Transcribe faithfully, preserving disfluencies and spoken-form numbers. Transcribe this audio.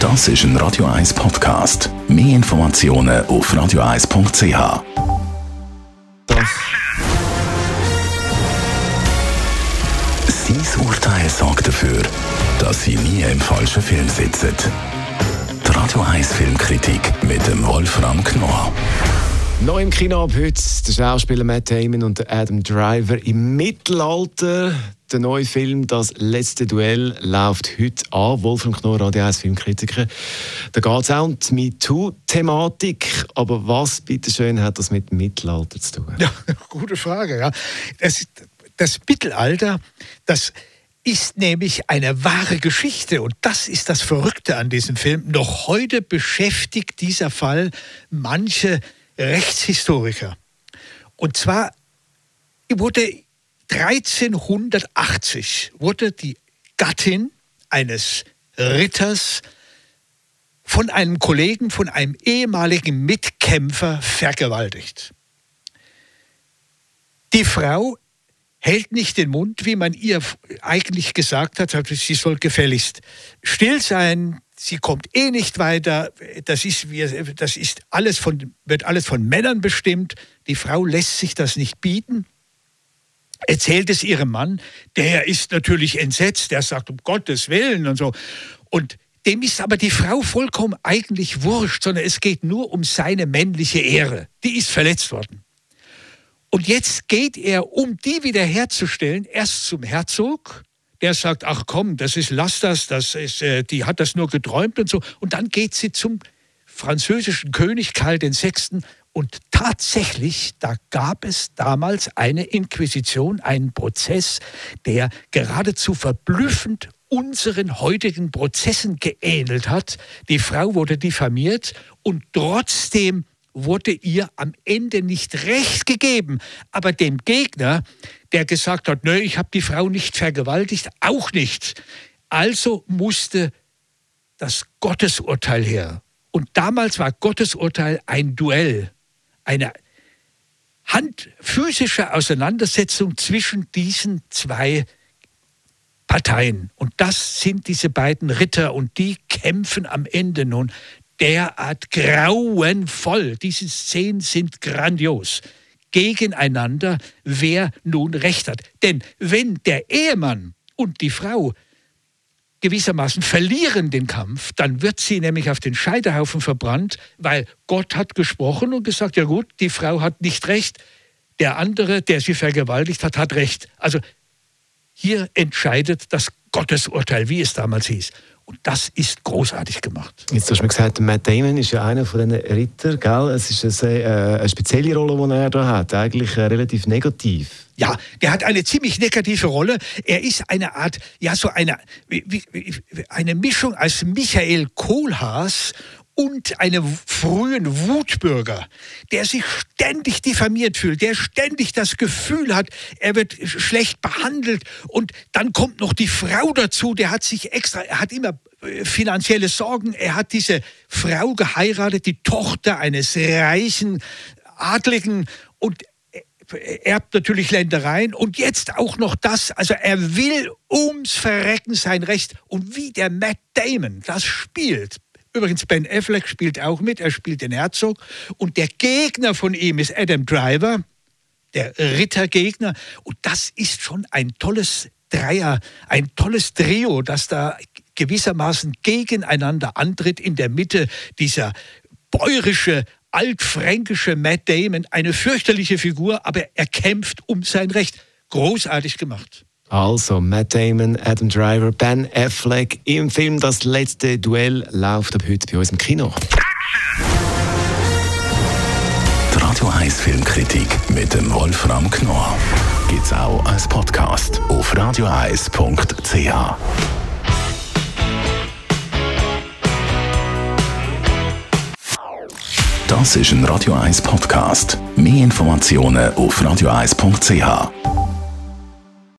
Das ist ein Radio eins Podcast. Mehr Informationen auf radio eins punkt c h. Sein Urteil sorgt dafür, dass Sie nie im falschen Film sitzen. Die Radio eins Filmkritik mit dem Wolfram Knorr. Neu im Kino ab heute der Schauspieler Matt Damon und der Adam Driver im Mittelalter. Der neue Film «Das letzte Duell» läuft heute an. Wolfram Knorr, Radio eins Filmkritiker. Da geht es auch um die MeToo-Thematik. Aber was, bitteschön, hat das mit dem Mittelalter zu tun? Ja, gute Frage. Ja. Das, das Mittelalter, das ist nämlich eine wahre Geschichte. Und das ist das Verrückte an diesem Film. Noch heute beschäftigt dieser Fall manche Rechtshistoriker. Und zwar wurde dreizehnhundertachtzig wurde die Gattin eines Ritters von einem Kollegen, von einem ehemaligen Mitkämpfer vergewaltigt. Die Frau hält nicht den Mund, wie man ihr eigentlich gesagt hat, sie soll gefälligst still sein. Sie kommt eh nicht weiter. Das ist, das ist alles von, wird alles von Männern bestimmt. Die Frau lässt sich das nicht bieten. Erzählt es ihrem Mann. Der ist natürlich entsetzt. Der sagt, um Gottes Willen und so. Und dem ist aber die Frau vollkommen eigentlich wurscht, sondern es geht nur um seine männliche Ehre. Die ist verletzt worden. Und jetzt geht er, um die wiederherzustellen, erst zum Herzog. Der sagt, ach komm, das ist, lass das, das ist, äh, die hat das nur geträumt und so. Und dann geht sie zum französischen König Karl der Sechste. Und tatsächlich, da gab es damals eine Inquisition, einen Prozess, der geradezu verblüffend unseren heutigen Prozessen geähnelt hat. Die Frau wurde diffamiert und trotzdem wurde ihr am Ende nicht recht gegeben. Aber dem Gegner, der gesagt hat, nö, ich habe die Frau nicht vergewaltigt, auch nicht. Also musste das Gottesurteil her. Und damals war Gottesurteil ein Duell, eine hand physische Auseinandersetzung zwischen diesen zwei Parteien. Und das sind diese beiden Ritter und die kämpfen am Ende nun derart grauenvoll. Diese Szenen sind grandios. Gegeneinander, wer nun Recht hat. Denn wenn der Ehemann und die Frau gewissermaßen verlieren den Kampf, dann wird sie nämlich auf den Scheiterhaufen verbrannt, weil Gott hat gesprochen und gesagt, ja gut, die Frau hat nicht recht, der andere, der sie vergewaltigt hat, hat recht. Also hier entscheidet das Gottesurteil, wie es damals hieß. Und das ist großartig gemacht. Jetzt hast du mir gesagt, Matt Damon ist ja einer von diesen Rittern, gell? Es ist eine, sehr, äh, eine spezielle Rolle, die er da hat, eigentlich äh, relativ negativ. Ja, der hat eine ziemlich negative Rolle. Er ist eine Art, ja, so eine, wie, wie, eine Mischung aus Michael Kohlhaas und einem frühen Wutbürger, der sich ständig diffamiert fühlt, der ständig das Gefühl hat, er wird schlecht behandelt. Und dann kommt noch die Frau dazu, der hat sich extra, er hat immer finanzielle Sorgen, er hat diese Frau geheiratet, die Tochter eines reichen Adligen, und erbt natürlich Ländereien und jetzt auch noch das, also er will ums Verrecken sein Recht. Und wie der Matt Damon das spielt, übrigens Ben Affleck spielt auch mit, er spielt den Herzog, und der Gegner von ihm ist Adam Driver, der Rittergegner, und das ist schon ein tolles Dreier, ein tolles Trio, das da gewissermaßen gegeneinander antritt. In der Mitte dieser bäurische, altfränkische Matt Damon, eine fürchterliche Figur, aber er kämpft um sein Recht. Großartig gemacht. Also, Matt Damon, Adam Driver, Ben Affleck im Film «Das letzte Duell» läuft ab heute bei uns im Kino. Die Radio eins Filmkritik mit dem Wolfram Knorr gibt's auch als Podcast auf radio eins punkt c h. Das ist ein Radio eins Podcast. Mehr Informationen auf radio eins punkt c h.